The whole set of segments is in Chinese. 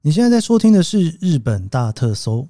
你现在在收听的是日本大特搜。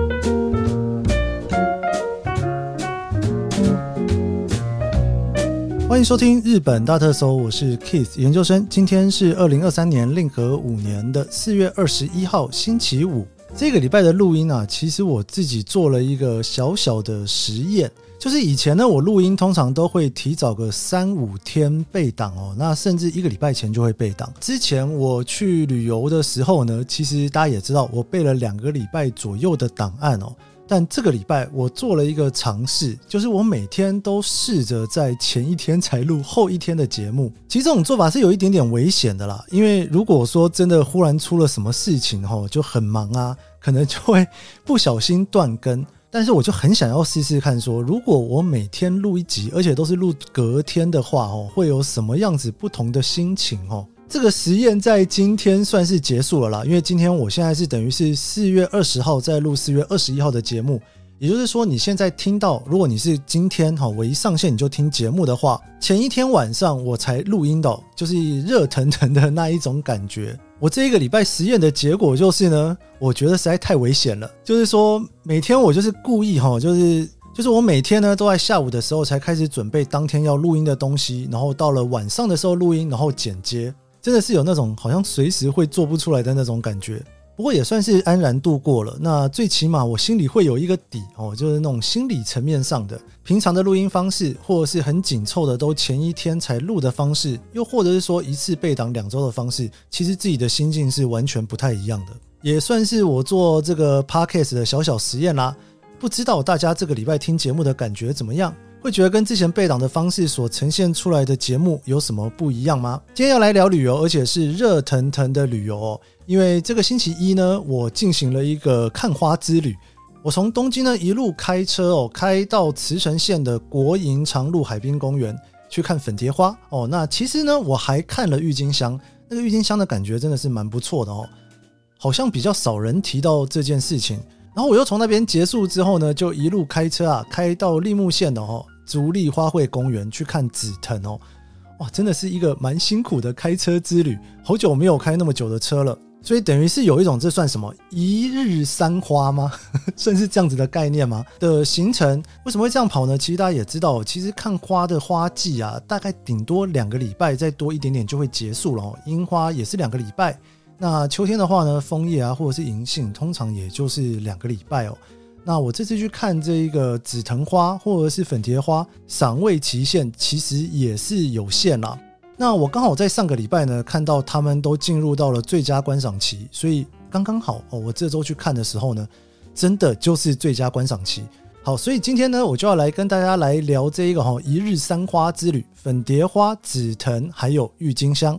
欢迎收听日本大特搜，我是 Keith 研究生。今天是2023年令和5年的4月21号星期五。这个礼拜的录音啊，其实我自己做了一个小小的实验，就是以前呢，我录音通常都会提早个3-5天备档哦，那甚至1个礼拜前就会备档。之前我去旅游的时候呢，其实大家也知道，我备了2个礼拜左右的档案哦。但这个礼拜我做了一个尝试，就是我每天都试着在前一天才录后一天的节目。其实这种做法是有一点点危险的啦，因为如果说真的忽然出了什么事情就很忙啊，可能就会不小心断更。但是我就很想要试试看说，如果我每天录一集，而且都是录隔天的话会有什么样子不同的心情这个实验在今天算是结束了啦，因为今天我现在是等于是4月20号在录4月21号的节目，也就是说你现在听到，如果你是今天我一上线你就听节目的话，前一天晚上我才录音的就是热腾腾的那一种感觉。我这一个礼拜实验的结果就是呢，我觉得实在太危险了，就是说每天我就是故意就是我每天呢都在下午的时候才开始准备当天要录音的东西，然后到了晚上的时候录音，然后剪接，真的是有那种好像随时会做不出来的那种感觉。不过也算是安然度过了，那最起码我心里会有一个底就是那种心理层面上的，平常的录音方式或者是很紧凑的都前一天才录的方式，又或者是说一次备档2周的方式，其实自己的心境是完全不太一样的。也算是我做这个 podcast 的小小实验啦。不知道大家这个礼拜听节目的感觉怎么样？会觉得跟之前备档的方式所呈现出来的节目有什么不一样吗？今天要来聊旅游，而且是热腾腾的旅游因为这个星期一呢，我进行了一个看花之旅。我从东京呢一路开车开到茨城县的国营长鹿海滨公园去看粉蝶花那其实呢我还看了郁金香，那个郁金香的感觉真的是蛮不错的好像比较少人提到这件事情。然后我又从那边结束之后呢，就一路开车开到立木县的竹立花卉公园去看紫藤哇，真的是一个蛮辛苦的开车之旅，好久没有开那么久的车了，所以等于是有一种这算什么一日三花吗算是这样子的概念吗的行程。为什么会这样跑呢？其实大家也知道，其实看花的花季大概顶多2个礼拜，再多一点点就会结束了樱花也是2个礼拜，那秋天的话呢，枫叶或者是银杏通常也就是2个礼拜那我这次去看这个紫藤花或者是粉蝶花，赏味期限其实也是有限啦。那我刚好在上个礼拜呢看到他们都进入到了最佳观赏期，所以刚刚好我这周去看的时候呢，真的就是最佳观赏期。好，所以今天呢我就要来跟大家来聊这一个一日三花之旅，粉蝶花、紫藤还有郁金香。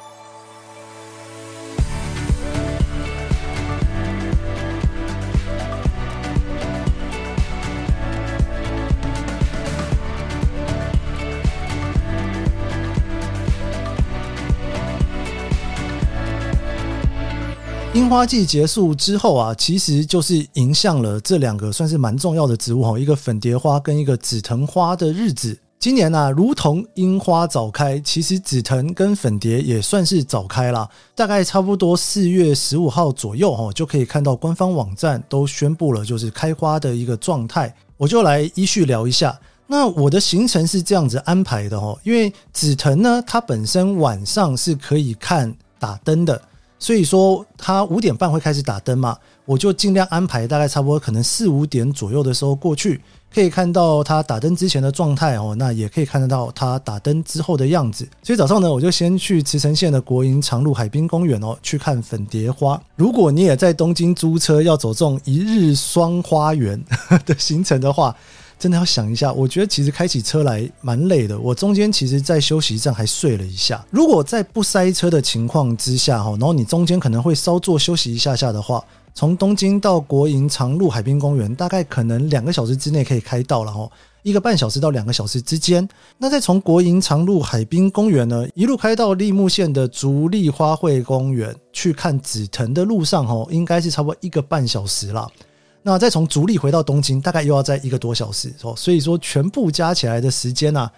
樱花季结束之后其实就是迎向了这2个算是蛮重要的植物一个粉蝶花跟一个紫藤花的日子。今年如同樱花早开，其实紫藤跟粉蝶也算是早开啦，大概差不多4月15号左右就可以看到官方网站都宣布了就是开花的一个状态。我就来依序聊一下。那我的行程是这样子安排的因为紫藤呢它本身晚上是可以看打灯的，所以说他5点半会开始打灯嘛，我就尽量安排大概差不多可能4-5点左右的时候过去，可以看到他打灯之前的状态那也可以看得到他打灯之后的样子。所以早上呢我就先去茨城县的国营长鹿海滨公园去看粉蝶花。如果你也在东京租车要走这种一日双花园的行程的话，真的要想一下，我觉得其实开起车来蛮累的，我中间其实在休息站还睡了一下。如果在不塞车的情况之下然后你中间可能会稍作休息一下下的话，从东京到国营长鹿海滨公园大概可能2个小时之内可以开到了1个半小时到2个小时之间。那再从国营长鹿海滨公园呢一路开到立木县的竹立花卉公园去看紫藤的路上应该是差不多1个半小时啦。那再从竹立回到东京大概又要再1个多小时所以说全部加起来的时间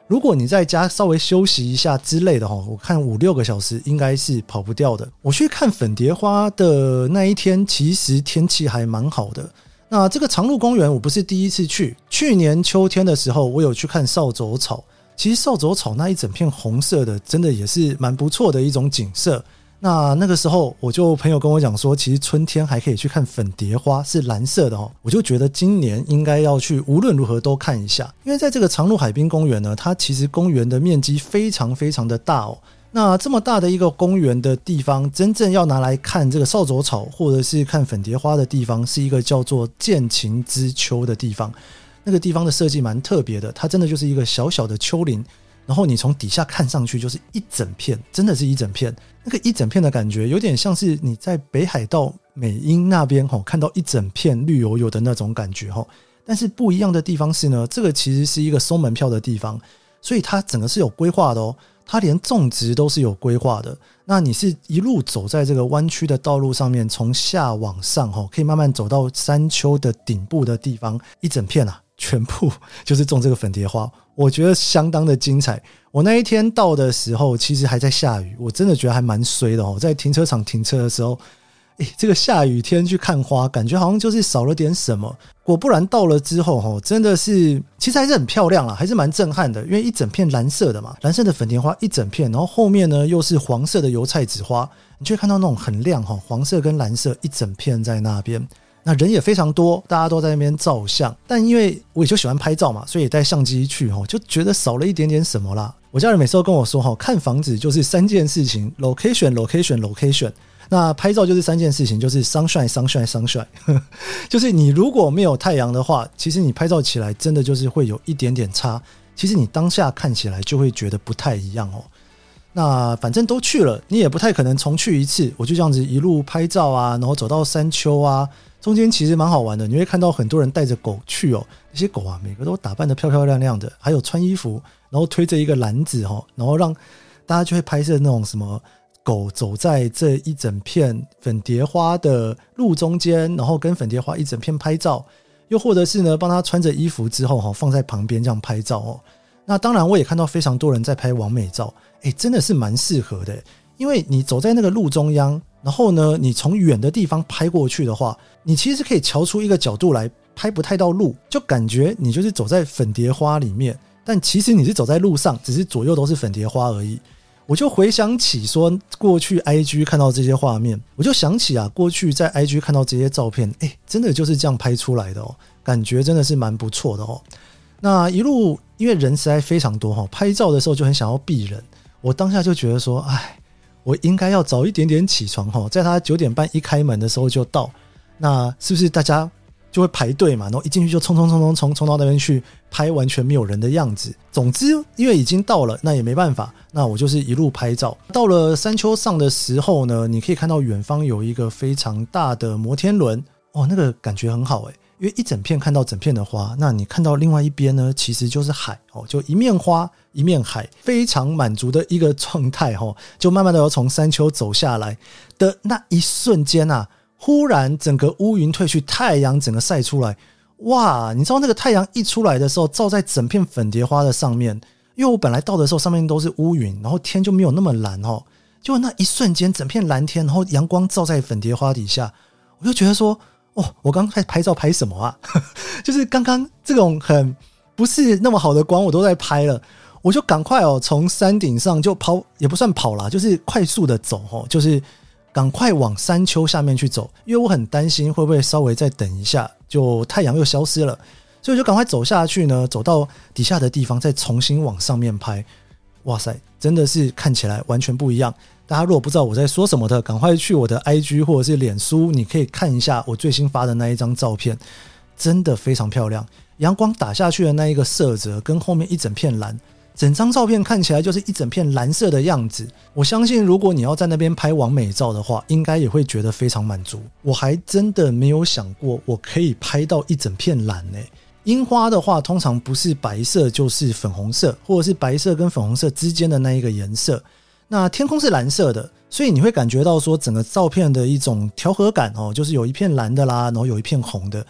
如果你在家稍微休息一下之类的，我看5-6个小时应该是跑不掉的。我去看粉蝶花的那一天，其实天气还蛮好的。那这个长鹿公园我不是第一次去，去年秋天的时候我有去看扫帚草，其实扫帚草那一整片红色的真的也是蛮不错的一种景色。那个时候我就朋友跟我讲说，其实春天还可以去看粉蝶花，是蓝色的我就觉得今年应该要去无论如何都看一下。因为在这个长鹿海滨公园呢，它其实公园的面积非常非常的大那这么大的一个公园的地方，真正要拿来看这个扫帚草或者是看粉蝶花的地方，是一个叫做见晴之丘的地方。那个地方的设计蛮特别的，它真的就是一个小小的丘陵，然后你从底下看上去就是一整片，真的是一整片。那个一整片的感觉有点像是你在北海道美瑛那边看到一整片绿油油的那种感觉但是不一样的地方是呢，这个其实是一个收门票的地方，所以它整个是有规划的它连种植都是有规划的。那你是一路走在这个弯曲的道路上面，从下往上可以慢慢走到山丘的顶部的地方，一整片全部就是种这个粉蝶花，我觉得相当的精彩。我那一天到的时候其实还在下雨，我真的觉得还蛮衰的在停车场停车的时候，这个下雨天去看花感觉好像就是少了点什么。果不然到了之后真的是其实还是很漂亮啦，还是蛮震撼的。因为一整片蓝色的嘛，蓝色的粉蝶花一整片，然后后面呢又是黄色的油菜籽花，你就会看到那种很亮黄色跟蓝色一整片在那边。那人也非常多，大家都在那边照相，但因为我也就喜欢拍照嘛，所以也带相机去就觉得少了一点点什么啦。我家人每次都跟我说看房子就是3件事情， location location location， 那拍照就是3件事情，就是 sunshine sunshine sunshine 就是你如果没有太阳的话，其实你拍照起来真的就是会有一点点差，其实你当下看起来就会觉得不太一样那反正都去了，你也不太可能重去一次，我就这样子一路拍照啊，然后走到山丘啊，中间其实蛮好玩的，你会看到很多人带着狗去那些狗每个都打扮得漂漂亮亮的，还有穿衣服，然后推着一个篮子然后让大家就会拍摄那种什么狗走在这一整片粉蝶花的路中间，然后跟粉蝶花一整片拍照，又或者是呢帮他穿着衣服之后放在旁边这样拍照那当然我也看到非常多人在拍网美照，真的是蛮适合的，因为你走在那个路中央，然后呢你从远的地方拍过去的话，你其实可以瞧出一个角度来拍不太到路，就感觉你就是走在粉蝶花里面，但其实你是走在路上，只是左右都是粉蝶花而已。我就回想起说过去 IG 看到这些画面，我就想起过去在 IG 看到这些照片，真的就是这样拍出来的感觉真的是蛮不错的那一路因为人实在非常多拍照的时候就很想要避人，我当下就觉得说我应该要早一点点起床在他9点半一开门的时候就到，那是不是大家就会排队嘛，然后一进去就冲到那边去拍完全没有人的样子。总之因为已经到了，那也没办法，那我就是一路拍照。到了山丘上的时候呢，你可以看到远方有一个非常大的摩天轮那个感觉很好因为一整片看到整片的花，那你看到另外一边呢其实就是海就一面花一面海，非常满足的一个状态就慢慢的要从山丘走下来的那一瞬间忽然整个乌云退去，太阳整个晒出来，哇，你知道那个太阳一出来的时候照在整片粉蝶花的上面，因为我本来到的时候上面都是乌云，然后天就没有那么蓝就那一瞬间整片蓝天，然后阳光照在粉蝶花底下，我就觉得说我刚才拍照拍什么就是刚刚这种很不是那么好的光我都在拍了，我就赶快从山顶上就跑，也不算跑啦，就是快速的走就是赶快往山丘下面去走，因为我很担心会不会稍微再等一下就太阳又消失了，所以就赶快走下去呢，走到底下的地方再重新往上面拍。哇塞，真的是看起来完全不一样。大家如果不知道我在说什么的，赶快去我的 IG 或者是脸书，你可以看一下我最新发的那一张照片，真的非常漂亮。阳光打下去的那一个色泽跟后面一整片蓝，整张照片看起来就是一整片蓝色的样子。我相信如果你要在那边拍完美照的话，应该也会觉得非常满足。我还真的没有想过我可以拍到一整片蓝樱花的话通常不是白色就是粉红色，或者是白色跟粉红色之间的那一个颜色，那天空是蓝色的，所以你会感觉到说整个照片的一种调和感就是有一片蓝的啦，然后有一片红的，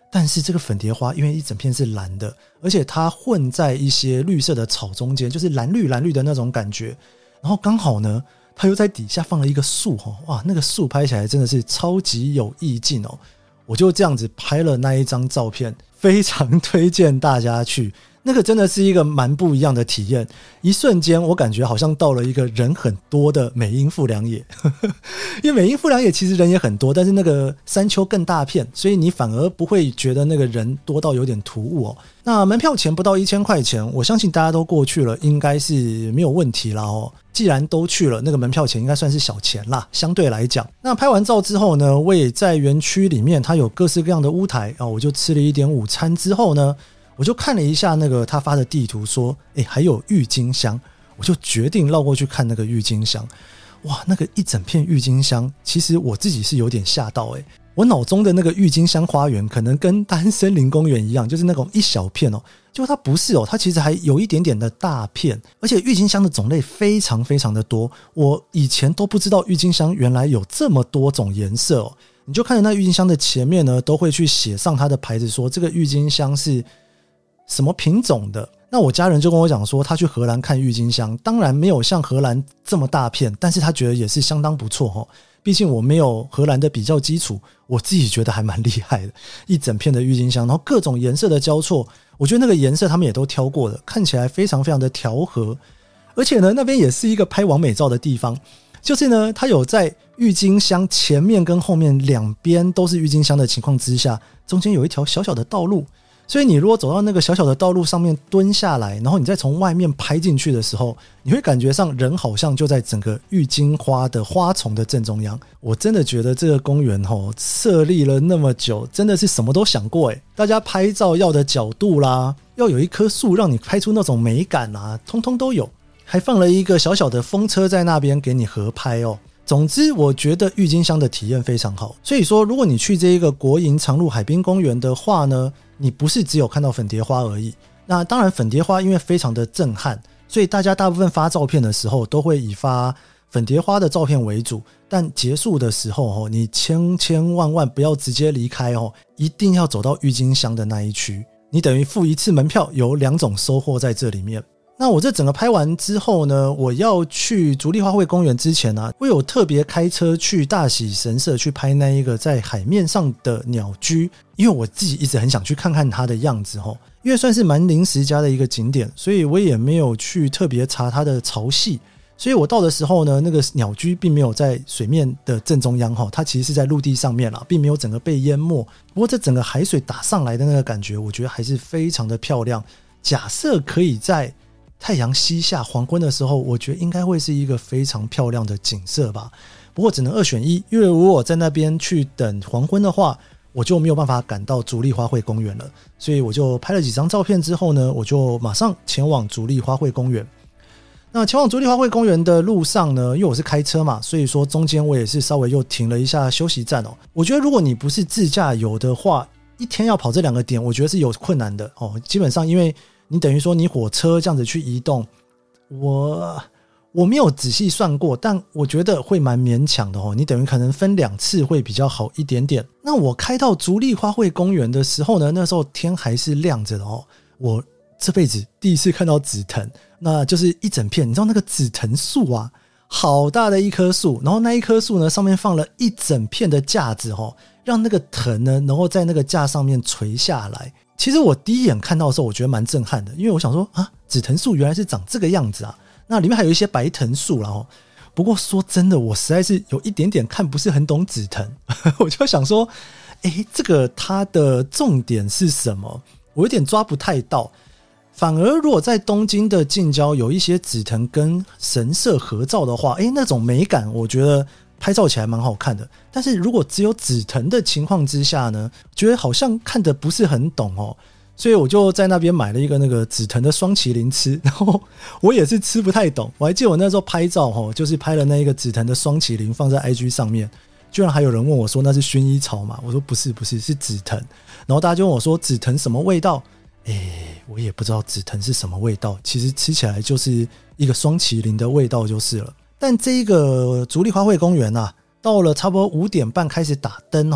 但是这个粉蝶花因为一整片是蓝的，而且它混在一些绿色的草中间，就是蓝绿蓝绿的那种感觉，然后刚好呢它又在底下放了一个树，哇，那个树拍起来真的是超级有意境哦。我就这样子拍了那一张照片，非常推荐大家去，那个真的是一个蛮不一样的体验。一瞬间我感觉好像到了一个人很多的美瑛富良野因为美瑛富良野其实人也很多，但是那个山丘更大片，所以你反而不会觉得那个人多到有点突兀哦。那门票钱不到1000块钱，我相信大家都过去了应该是没有问题啦哦。既然都去了，那个门票钱应该算是小钱啦，相对来讲。那拍完照之后呢，我也在园区里面它有各式各样的屋台啊，我就吃了一点午餐之后呢，我就看了一下那个他发的地图说还有郁金香，我就决定绕过去看那个郁金香。哇，那个一整片郁金香其实我自己是有点吓到我脑中的那个郁金香花园可能跟大安森林公园一样，就是那种一小片结果它不是它其实还有一点点的大片，而且郁金香的种类非常非常的多，我以前都不知道郁金香原来有这么多种颜色你就看着那郁金香的前面呢，都会去写上它的牌子说这个郁金香是什么品种的。那我家人就跟我讲说他去荷兰看郁金香，当然没有像荷兰这么大片，但是他觉得也是相当不错毕竟我没有荷兰的比较基础，我自己觉得还蛮厉害的，一整片的郁金香，然后各种颜色的交错，我觉得那个颜色他们也都挑过的，看起来非常非常的调和。而且呢那边也是一个拍完美照的地方，就是呢它有在郁金香前面跟后面两边都是郁金香的情况之下，中间有一条小小的道路，所以你如果走到那个小小的道路上面蹲下来，然后你再从外面拍进去的时候，你会感觉上人好像就在整个郁金花的花丛的正中央。我真的觉得这个公园设立了那么久，真的是什么都想过大家拍照要的角度啦，要有一棵树让你拍出那种美感啊，通通都有，还放了一个小小的风车在那边给你合拍总之我觉得郁金香的体验非常好，所以说如果你去这一个国营长鹿海滨公园的话呢，你不是只有看到粉蝶花而已。那当然粉蝶花因为非常的震撼，所以大家大部分发照片的时候都会以发粉蝶花的照片为主，但结束的时候你千千万万不要直接离开一定要走到郁金香的那一区，你等于付一次门票，有2种收获在这里面。那我这整个拍完之后呢，我要去竹立花卉公园之前我有特别开车去大喜神社去拍那一个在海面上的鸟居，因为我自己一直很想去看看它的样子因为算是蛮临时加的一个景点，所以我也没有去特别查它的潮汐，所以我到的时候呢，那个鸟居并没有在水面的正中央它其实是在陆地上面啦，并没有整个被淹没。不过这整个海水打上来的那个感觉，我觉得还是非常的漂亮。假设可以在太阳西下黄昏的时候，我觉得应该会是一个非常漂亮的景色吧。不过只能2选1，因为如果在那边去等黄昏的话，我就没有办法赶到竹立花卉公园了，所以我就拍了几张照片之后呢，我就马上前往竹立花卉公园。那前往竹立花卉公园的路上呢，因为我是开车嘛，所以说中间我也是稍微又停了一下休息站我觉得如果你不是自驾游的话，一天要跑这2个点，我觉得是有困难的基本上因为你等于说你火车这样子去移动，我没有仔细算过，但我觉得会蛮勉强的你等于可能分2次会比较好一点点。那我开到竹立花卉公园的时候呢，那时候天还是亮着的我这辈子第一次看到紫藤，那就是一整片，你知道那个紫藤树啊，好大的一棵树，然后那一棵树呢上面放了一整片的架子让那个藤呢然后在那个架上面垂下来。其实我第一眼看到的时候我觉得蛮震撼的，因为我想说紫藤树原来是长这个样子啊，那里面还有一些白藤树啦不过说真的，我实在是有一点点看不是很懂紫藤我就想说这个它的重点是什么，我有点抓不太到。反而如果在东京的近郊有一些紫藤跟神社合照的话那种美感我觉得拍照起来蛮好看的。但是如果只有紫藤的情况之下呢，觉得好像看得不是很懂所以我就在那边买了一个那个紫藤的双麒麟吃，然后我也是吃不太懂。我还记得我那时候拍照就是拍了那一个紫藤的双麒麟放在 IG 上面，居然还有人问我说那是薰衣草吗？我说不是是紫藤。然后大家就问我说紫藤什么味道，我也不知道紫藤是什么味道，其实吃起来就是一个双麒麟的味道就是了。但这个竹立花卉公园到了差不多5点半开始打灯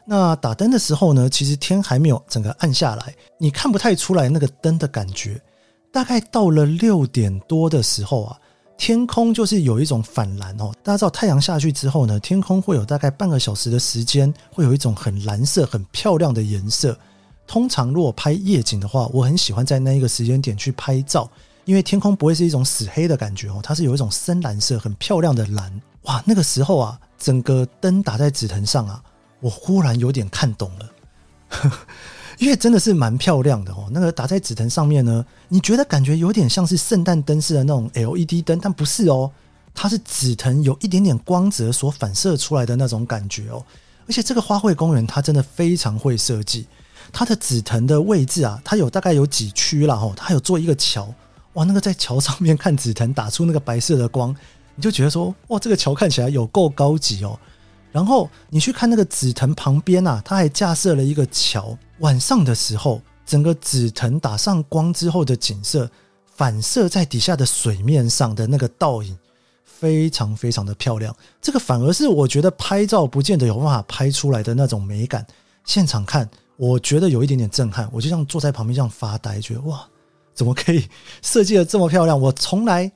那打灯的时候呢，其实天还没有整个暗下来，你看不太出来那个灯的感觉。大概到了6点多的时候啊，天空就是有一种反蓝哦。大家知道太阳下去之后呢，天空会有大概半个小时的时间，会有一种很蓝色、很漂亮的颜色。通常如果拍夜景的话，我很喜欢在那一个时间点去拍照，因为天空不会是一种死黑的感觉哦，它是有一种深蓝色、很漂亮的蓝。哇，那个时候啊，整个灯打在紫藤上啊，我忽然有点看懂了。因为真的是蛮漂亮的哦，那个打在紫藤上面呢，你觉得感觉有点像是圣诞灯饰的那种 LED 灯，但不是哦，它是紫藤有一点点光泽所反射出来的那种感觉哦。而且这个花卉公园它真的非常会设计，它的紫藤的位置啊，它大概有几区啦，它有做一个桥，哇，那个在桥上面看紫藤打出那个白色的光，你就觉得说，哇，这个桥看起来有够高级哦。然后你去看那个紫藤旁边啊，它还架设了一个桥，晚上的时候整个紫藤打上光之后的景色反射在底下的水面上的那个倒影非常非常的漂亮，这个反而是我觉得拍照不见得有办法拍出来的那种美感，现场看我觉得有一点点震撼，我就这样坐在旁边这样发呆，觉得哇，怎么可以设计得这么漂亮，我从来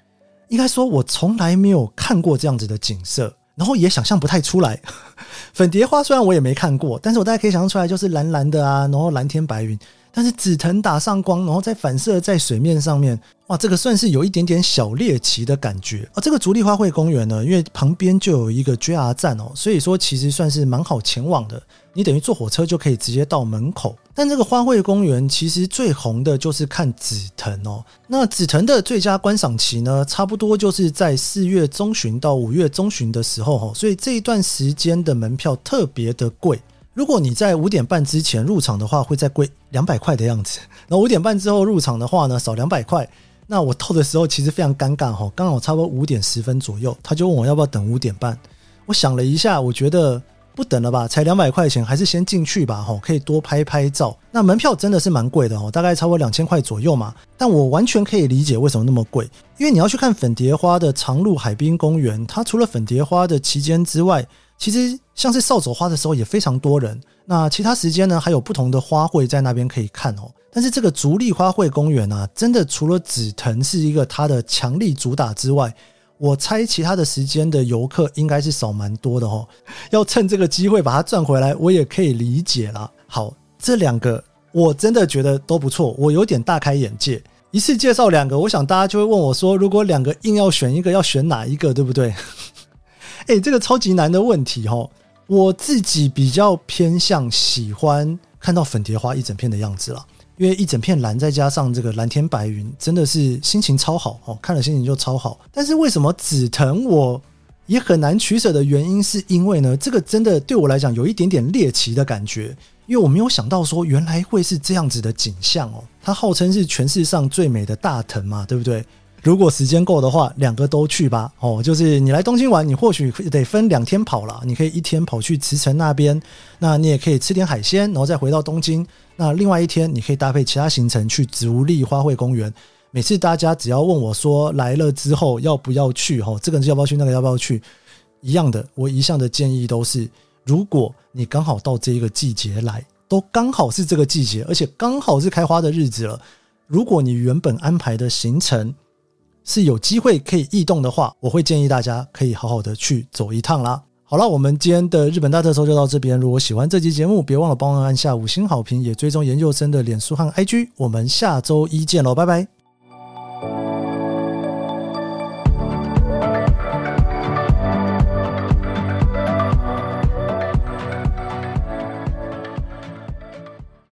没有看过这样子的景色，然后也想象不太出来。粉蝶花虽然我也没看过，但是我大概可以想象出来，就是蓝蓝的啊，然后蓝天白云，但是紫藤打上光，然后再反射在水面上面，哇，这个算是有一点点小猎奇的感觉。这个竹立花卉公园呢，因为旁边就有一个 JR 站哦，所以说其实算是蛮好前往的，你等于坐火车就可以直接到门口。但这个花卉公园其实最红的就是看紫藤哦。那紫藤的最佳观赏期呢，差不多就是在4月中旬到5月中旬的时候哦，所以这一段时间的门票特别的贵。如果你在5点半之前入场的话，会再贵200块的样子，然后5点半之后入场的话呢，少200块。那我到的时候其实非常尴尬哦，刚好差不多5点10分左右，他就问我要不要等5点半。我想了一下，我觉得不等了吧，才200块钱，还是先进去吧，可以多拍拍照。那门票真的是蛮贵的，大概差不多2000块左右嘛，但我完全可以理解为什么那么贵，因为你要去看粉蝶花的长鹿海滨公园，它除了粉蝶花的期间之外，其实像是扫帚花的时候也非常多人，那其他时间呢还有不同的花卉在那边可以看哦。但是这个竹立花卉公园啊，真的除了紫藤是一个它的强力主打之外，我猜其他的时间的游客应该是少蛮多的哦，要趁这个机会把它赚回来，我也可以理解啦。好，这2个我真的觉得都不错，我有点大开眼界。一次介绍2个，我想大家就会问我说，如果2个硬要选一个，要选哪一个，对不对？这个超级难的问题哦。我自己比较偏向喜欢看到粉蝶花一整片的样子啦，因为一整片蓝再加上这个蓝天白云，真的是心情超好哦，看了心情就超好。但是为什么紫藤我也很难取舍的原因，是因为呢，这个真的对我来讲有一点点猎奇的感觉，因为我没有想到说原来会是这样子的景象哦。它号称是全世上最美的大藤嘛，对不对？如果时间够的话，2个都去吧哦，就是你来东京玩，你或许得分2天跑啦，你可以1天跑去茨城那边，那你也可以吃点海鲜，然后再回到东京。那另外1天你可以搭配其他行程去竹立花卉公园。每次大家只要问我说来了之后要不要去这个要不要去，那个要不要去，一样的，我一向的建议都是，如果你刚好到这个季节来，都刚好是这个季节，而且刚好是开花的日子了，如果你原本安排的行程是有机会可以异动的话，我会建议大家可以好好的去走一趟啦。好了，我们今天的日本大特搜就到这边。如果喜欢这期节目，别忘了帮我按下5星好评，也追踪研究生的脸书和 IG。我们下周一见咯，拜拜。